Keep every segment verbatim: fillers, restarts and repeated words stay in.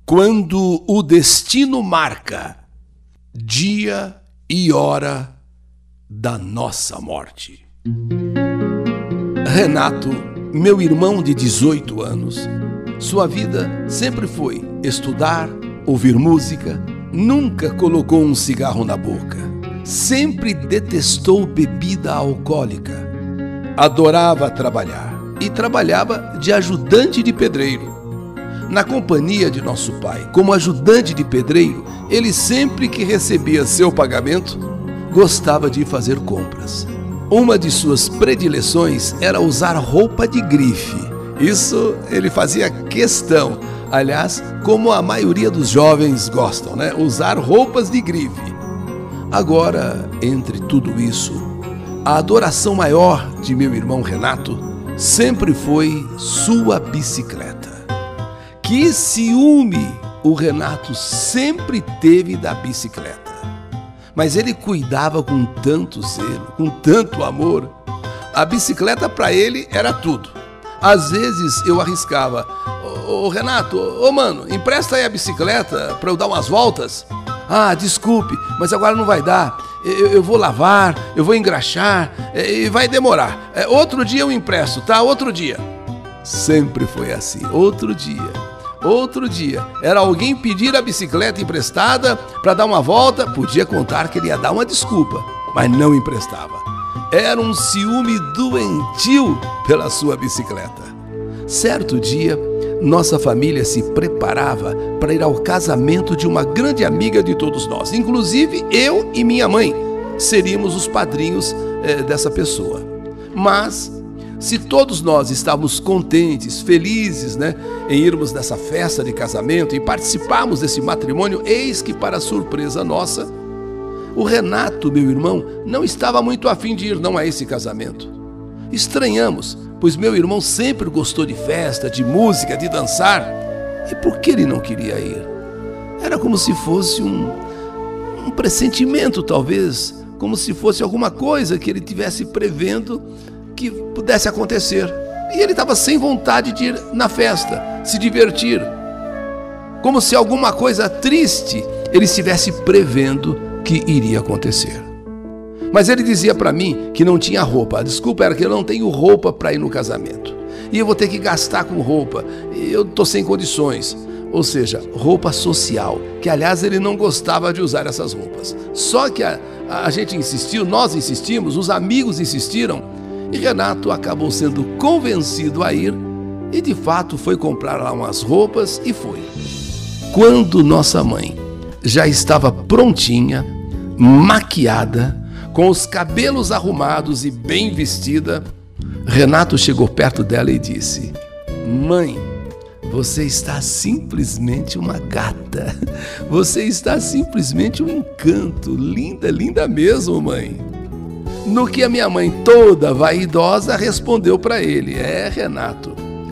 Quando o destino marca dia e hora da nossa morte. Renato, meu irmão de dezoito anos, sua vida sempre foi estudar, ouvir música, nunca colocou um cigarro na boca, sempre detestou bebida alcoólica, adorava trabalhar e trabalhava de ajudante de pedreiro. Na companhia de nosso pai, como ajudante de pedreiro, ele sempre que recebia seu pagamento, gostava de ir fazer compras. Uma de suas predileções era usar roupa de grife. Isso ele fazia questão, aliás, como a maioria dos jovens gostam, né? Usar roupas de grife. Agora, entre tudo isso, a adoração maior de meu irmão Renato sempre foi sua bicicleta. Que ciúme o Renato sempre teve da bicicleta. Mas ele cuidava com tanto zelo, com tanto amor. A bicicleta para ele era tudo. Às vezes eu arriscava: Ô Renato, ô mano, empresta aí a bicicleta para eu dar umas voltas. Ah, desculpe, mas agora não vai dar. Eu, eu vou lavar, eu vou engraxar e vai demorar. Outro dia eu empresto, tá? Outro dia. Sempre foi assim, outro dia. Outro dia, era alguém pedir a bicicleta emprestada para dar uma volta, podia contar que ele ia dar uma desculpa, mas não emprestava. Era um ciúme doentio pela sua bicicleta. Certo dia, nossa família se preparava para ir ao casamento de uma grande amiga de todos nós. Inclusive, eu e minha mãe seríamos os padrinhos eh, dessa pessoa. Mas se todos nós estávamos contentes, felizes, né, em irmos nessa festa de casamento e participarmos desse matrimônio, eis que, para surpresa nossa, o Renato, meu irmão, não estava muito afim de ir não a esse casamento. Estranhamos, pois meu irmão sempre gostou de festa, de música, de dançar. E por que ele não queria ir? Era como se fosse um, um pressentimento, talvez, como se fosse alguma coisa que ele tivesse prevendo que pudesse acontecer. E ele estava sem vontade de ir na festa, se divertir. Como se alguma coisa triste ele estivesse prevendo que iria acontecer. Mas ele dizia para mim que não tinha roupa. A desculpa era que eu não tenho roupa para ir no casamento. E eu vou ter que gastar com roupa. E eu estou sem condições. Ou seja, roupa social. Que, aliás, ele não gostava de usar essas roupas. Só que a, a gente insistiu, nós insistimos, os amigos insistiram. E Renato acabou sendo convencido a ir e de fato foi comprar lá umas roupas e foi. Quando nossa mãe já estava prontinha, maquiada, com os cabelos arrumados e bem vestida, Renato chegou perto dela e disse: Mãe, você está simplesmente uma gata. Você está simplesmente um encanto. Linda, linda mesmo, mãe. No que a minha mãe, toda vaidosa, respondeu para ele: É, Renato,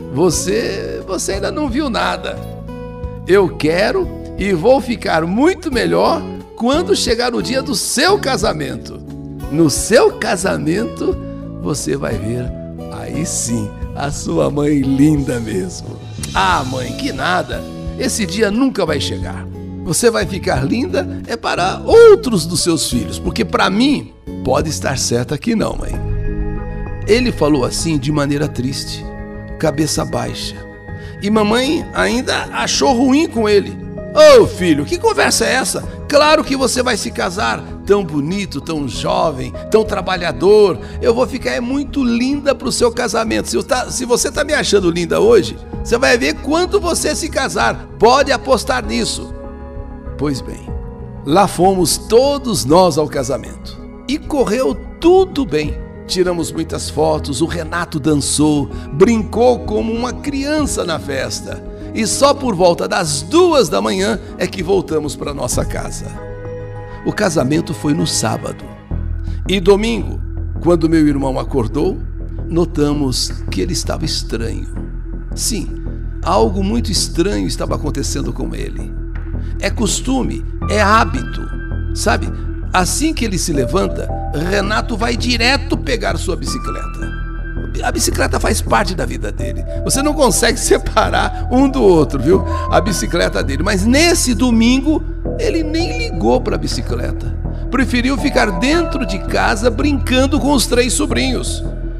você, você ainda não viu nada. Eu quero e vou ficar muito melhor quando chegar o dia do seu casamento. No seu casamento, você vai ver, aí sim, a sua mãe linda mesmo. Ah, mãe, que nada, esse dia nunca vai chegar. Você vai ficar linda é para outros dos seus filhos, porque para mim pode estar certa que não, mãe. Ele falou assim de maneira triste, cabeça baixa. E mamãe ainda achou ruim com ele. Ô oh, filho, que conversa é essa? Claro que você vai se casar, tão bonito, tão jovem, tão trabalhador. Eu vou ficar é muito linda pro seu casamento. Se, eu tá, se você tá me achando linda hoje, você vai ver quando você se casar. Pode apostar nisso. Pois bem, lá fomos todos nós ao casamento. E correu tudo bem. Tiramos muitas fotos, o Renato dançou, brincou como uma criança na festa. E só por volta das duas da manhã é que voltamos para nossa casa. O casamento foi no sábado. E domingo, quando meu irmão acordou, notamos que ele estava estranho. Sim, algo muito estranho estava acontecendo com ele. É costume, é hábito, sabe? Assim que ele se levanta, Renato vai direto pegar sua bicicleta. A bicicleta faz parte da vida dele. Você não consegue separar um do outro, viu? A bicicleta dele. Mas nesse domingo, ele nem ligou para a bicicleta. Preferiu ficar dentro de casa brincando com os três sobrinhos.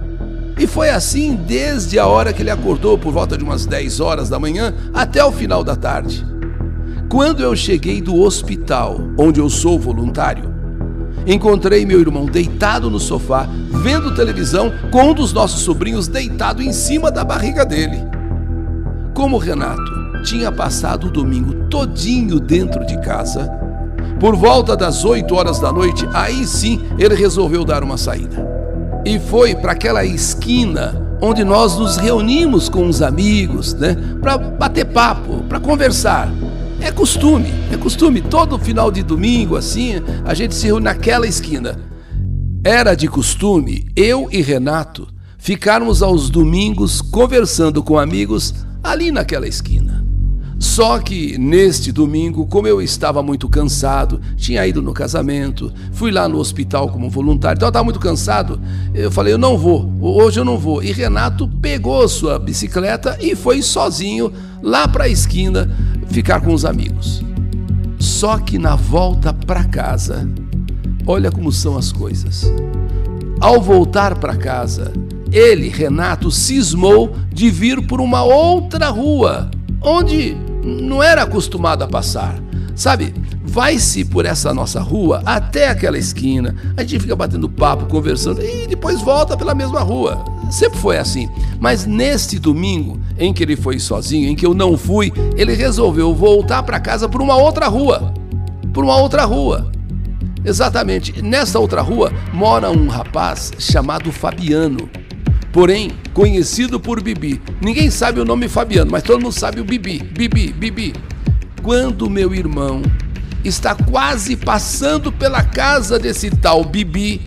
E foi assim desde a hora que ele acordou, por volta de umas dez horas da manhã, até o final da tarde. Quando eu cheguei do hospital, onde eu sou voluntário, encontrei meu irmão deitado no sofá, vendo televisão, com um dos nossos sobrinhos deitado em cima da barriga dele. Como o Renato tinha passado o domingo todinho dentro de casa, por volta das oito horas da noite, aí sim ele resolveu dar uma saída. E foi para aquela esquina onde nós nos reunimos com os amigos, né, para bater papo, para conversar. É costume, é costume, todo final de domingo assim, a gente se reúne naquela esquina. Era de costume eu e Renato ficarmos aos domingos conversando com amigos ali naquela esquina. Só que neste domingo, como eu estava muito cansado, tinha ido no casamento, fui lá no hospital como voluntário, então eu estava muito cansado, eu falei, eu não vou, hoje eu não vou. E Renato pegou sua bicicleta e foi sozinho lá para a esquina ficar com os amigos. Só que na volta para casa, olha como são as coisas. Ao voltar para casa, ele, Renato, cismou de vir por uma outra rua, onde não era acostumado a passar. Sabe, vai-se por essa nossa rua até aquela esquina, a gente fica batendo papo, conversando e depois volta pela mesma rua. Sempre foi assim. Mas neste domingo, em que ele foi sozinho, em que eu não fui, ele resolveu voltar para casa por uma outra rua. Por uma outra rua. Exatamente, nessa outra rua mora um rapaz chamado Fabiano, porém conhecido por Bibi. Ninguém sabe o nome Fabiano, mas todo mundo sabe o Bibi, Bibi, Bibi. Quando meu irmão está quase passando pela casa desse tal Bibi,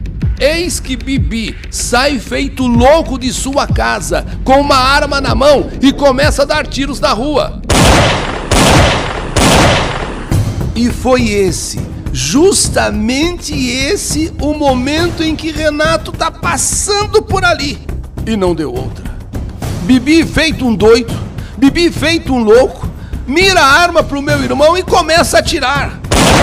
eis que Bibi sai feito louco de sua casa, com uma arma na mão e começa a dar tiros na rua. E foi esse, justamente esse, o momento em que Renato tá passando por ali. E não deu outra. Bibi feito um doido, Bibi feito um louco, mira a arma pro meu irmão e começa a atirar.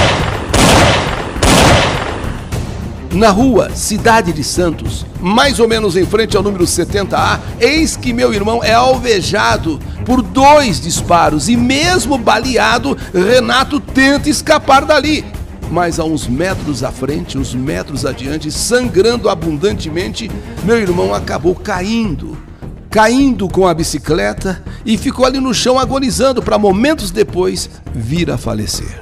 Na rua Cidade de Santos, mais ou menos em frente ao número setenta A, eis que meu irmão é alvejado por dois disparos e mesmo baleado, Renato tenta escapar dali. Mas a uns metros à frente, uns metros adiante, sangrando abundantemente, meu irmão acabou caindo. Caindo com a bicicleta e ficou ali no chão agonizando para momentos depois vir a falecer.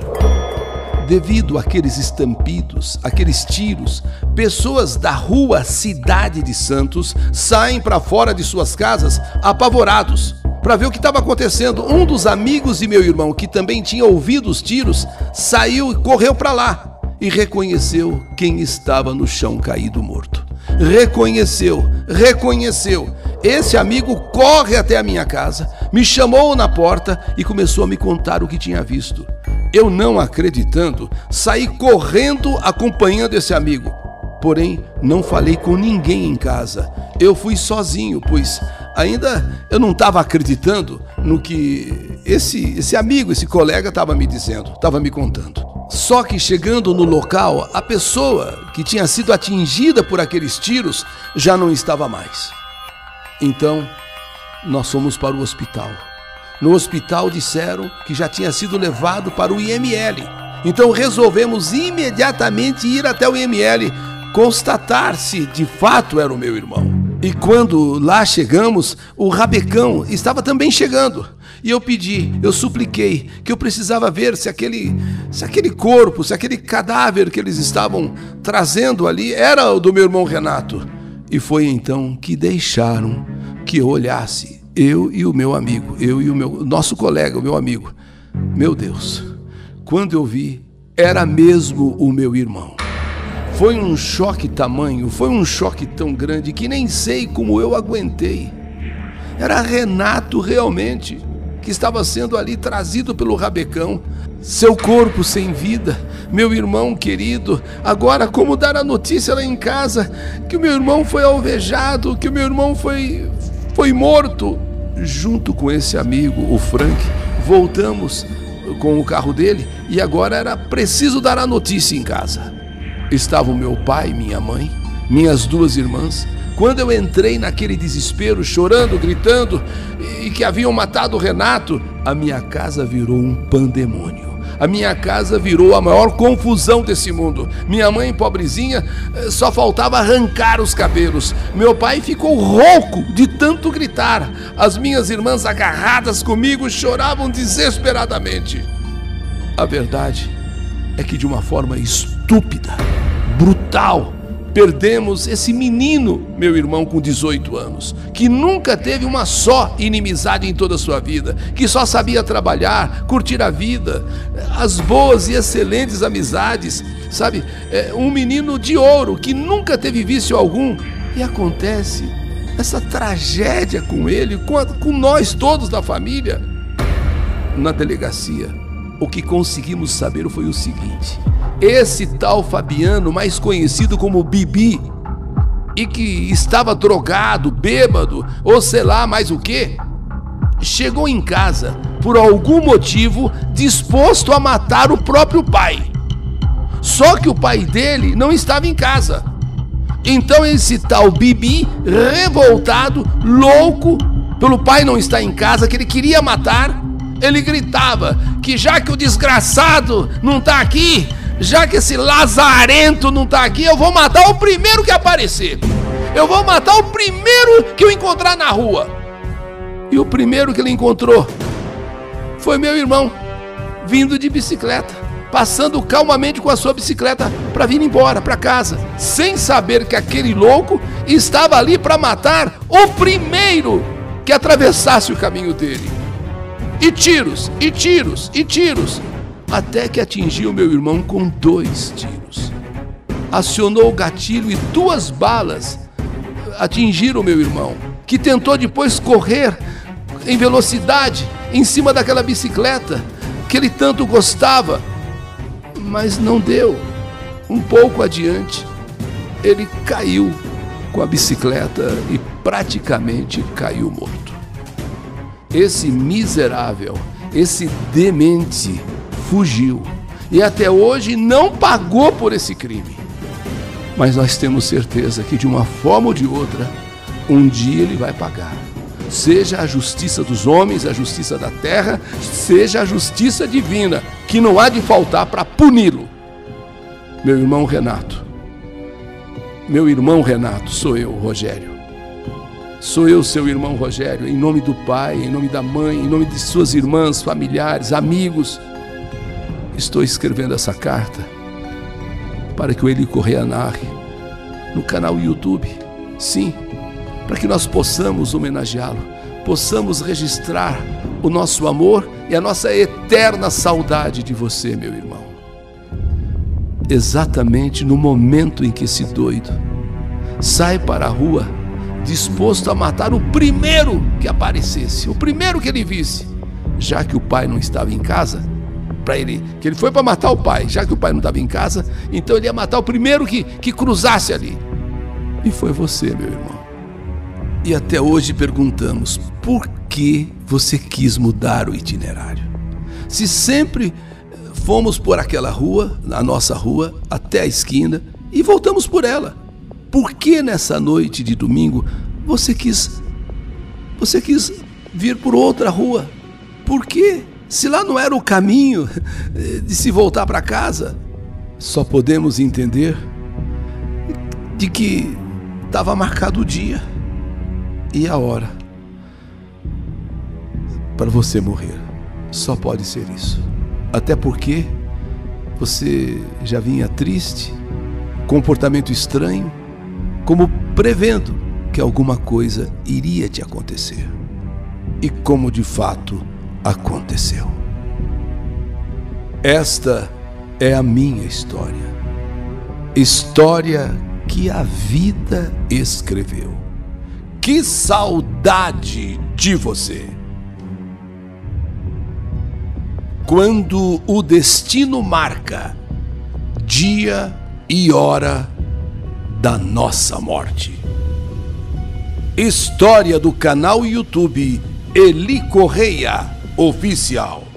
Devido àqueles estampidos, aqueles tiros, pessoas da rua Cidade de Santos saem para fora de suas casas apavorados para ver o que estava acontecendo. Um dos amigos de meu irmão, que também tinha ouvido os tiros, saiu e correu para lá e reconheceu quem estava no chão caído morto. Reconheceu, reconheceu. Esse amigo corre até a minha casa, me chamou na porta e começou a me contar o que tinha visto. Eu, não acreditando, saí correndo acompanhando esse amigo. Porém, não falei com ninguém em casa. Eu fui sozinho, pois ainda eu não estava acreditando no que esse, esse amigo, esse colega estava me dizendo, estava me contando. Só que chegando no local, a pessoa que tinha sido atingida por aqueles tiros já não estava mais. Então, nós fomos para o hospital. No hospital disseram que já tinha sido levado para o I M L. Então resolvemos imediatamente ir até o I M L, constatar se de fato era o meu irmão. E quando lá chegamos, o Rabecão estava também chegando. E eu pedi, eu supliquei, que eu precisava ver se aquele, se aquele corpo, se aquele cadáver que eles estavam trazendo ali era o do meu irmão Renato. E foi então que deixaram que eu olhasse, eu e o meu amigo, eu e o meu, nosso colega, o meu amigo. Meu Deus, quando eu vi, era mesmo o meu irmão. Foi um choque tamanho, foi um choque tão grande que nem sei como eu aguentei. Era Renato realmente. que estava sendo ali trazido pelo rabecão. Seu corpo sem vida, meu irmão querido. Agora, como dar a notícia lá em casa que o meu irmão foi alvejado, que o meu irmão foi, foi morto? Junto com esse amigo, o Frank, voltamos com o carro dele e agora era preciso dar a notícia em casa. Estavam meu pai, minha mãe, minhas duas irmãs. Quando eu entrei naquele desespero, chorando, gritando, e que haviam matado o Renato, a minha casa virou um pandemônio. A minha casa virou a maior confusão desse mundo. Minha mãe, pobrezinha, só faltava arrancar os cabelos. Meu pai ficou rouco de tanto gritar. As minhas irmãs, agarradas comigo, choravam desesperadamente. A verdade é que, de uma forma estúpida, brutal, perdemos esse menino, meu irmão com dezoito anos, que nunca teve uma só inimizade em toda a sua vida, que só sabia trabalhar, curtir a vida, as boas e excelentes amizades, sabe? É um menino de ouro que nunca teve vício algum. E acontece essa tragédia com ele, com, a, com nós todos da família. Na delegacia, o que conseguimos saber foi o seguinte: esse tal Fabiano, mais conhecido como Bibi, e que estava drogado, bêbado, ou sei lá mais o que, chegou em casa, por algum motivo, disposto a matar o próprio pai. Só que o pai dele não estava em casa. Então esse tal Bibi, revoltado, louco, pelo pai não estar em casa, que ele queria matar, ele gritava que já que o desgraçado não está aqui, já que esse lazarento não tá aqui, eu vou matar o primeiro que aparecer. Eu vou matar o primeiro que eu encontrar na rua. E o primeiro que ele encontrou foi meu irmão, vindo de bicicleta, passando calmamente com a sua bicicleta para vir embora para casa, sem saber que aquele louco estava ali para matar o primeiro que atravessasse o caminho dele. E tiros, e tiros, e tiros, até que atingiu meu irmão com dois tiros. Acionou o gatilho e duas balas atingiram meu irmão, que tentou depois correr em velocidade em cima daquela bicicleta que ele tanto gostava, mas não deu. Um pouco adiante, ele caiu com a bicicleta e praticamente caiu morto. Esse miserável, esse demente, fugiu e até hoje não pagou por esse crime. Mas nós temos certeza que de uma forma ou de outra, um dia ele vai pagar. Seja a justiça dos homens, a justiça da terra, seja a justiça divina, que não há de faltar para puni-lo. Meu irmão Renato, meu irmão Renato, sou eu, Rogério. Sou eu, seu irmão Rogério, em nome do pai, em nome da mãe, em nome de suas irmãs, familiares, amigos. Estou escrevendo essa carta para que o Eli Correia narre no canal YouTube. Sim, para que nós possamos homenageá-lo, possamos registrar o nosso amor e a nossa eterna saudade de você, meu irmão. Exatamente no momento em que esse doido sai para a rua, disposto a matar o primeiro que aparecesse, o primeiro que ele visse, já que o pai não estava em casa, para ele, que ele foi para matar o pai, já que o pai não estava em casa, então ele ia matar o primeiro que, que cruzasse ali. E foi você, meu irmão. E até hoje perguntamos, por que você quis mudar o itinerário? Se sempre fomos por aquela rua, a nossa rua, até a esquina, e voltamos por ela. Por que nessa noite de domingo você quis, você quis vir por outra rua? Por quê? Se lá não era o caminho de se voltar para casa. Só podemos entender de que estava marcado o dia e a hora para você morrer. Só pode ser isso. Até porque você já vinha triste, comportamento estranho, como prevendo que alguma coisa iria te acontecer. E como de fato aconteceu. Esta é a minha história. História que a vida escreveu. Que saudade de você! quando o destino marca dia e hora da nossa morte. História do canal YouTube Eli Correia Oficial.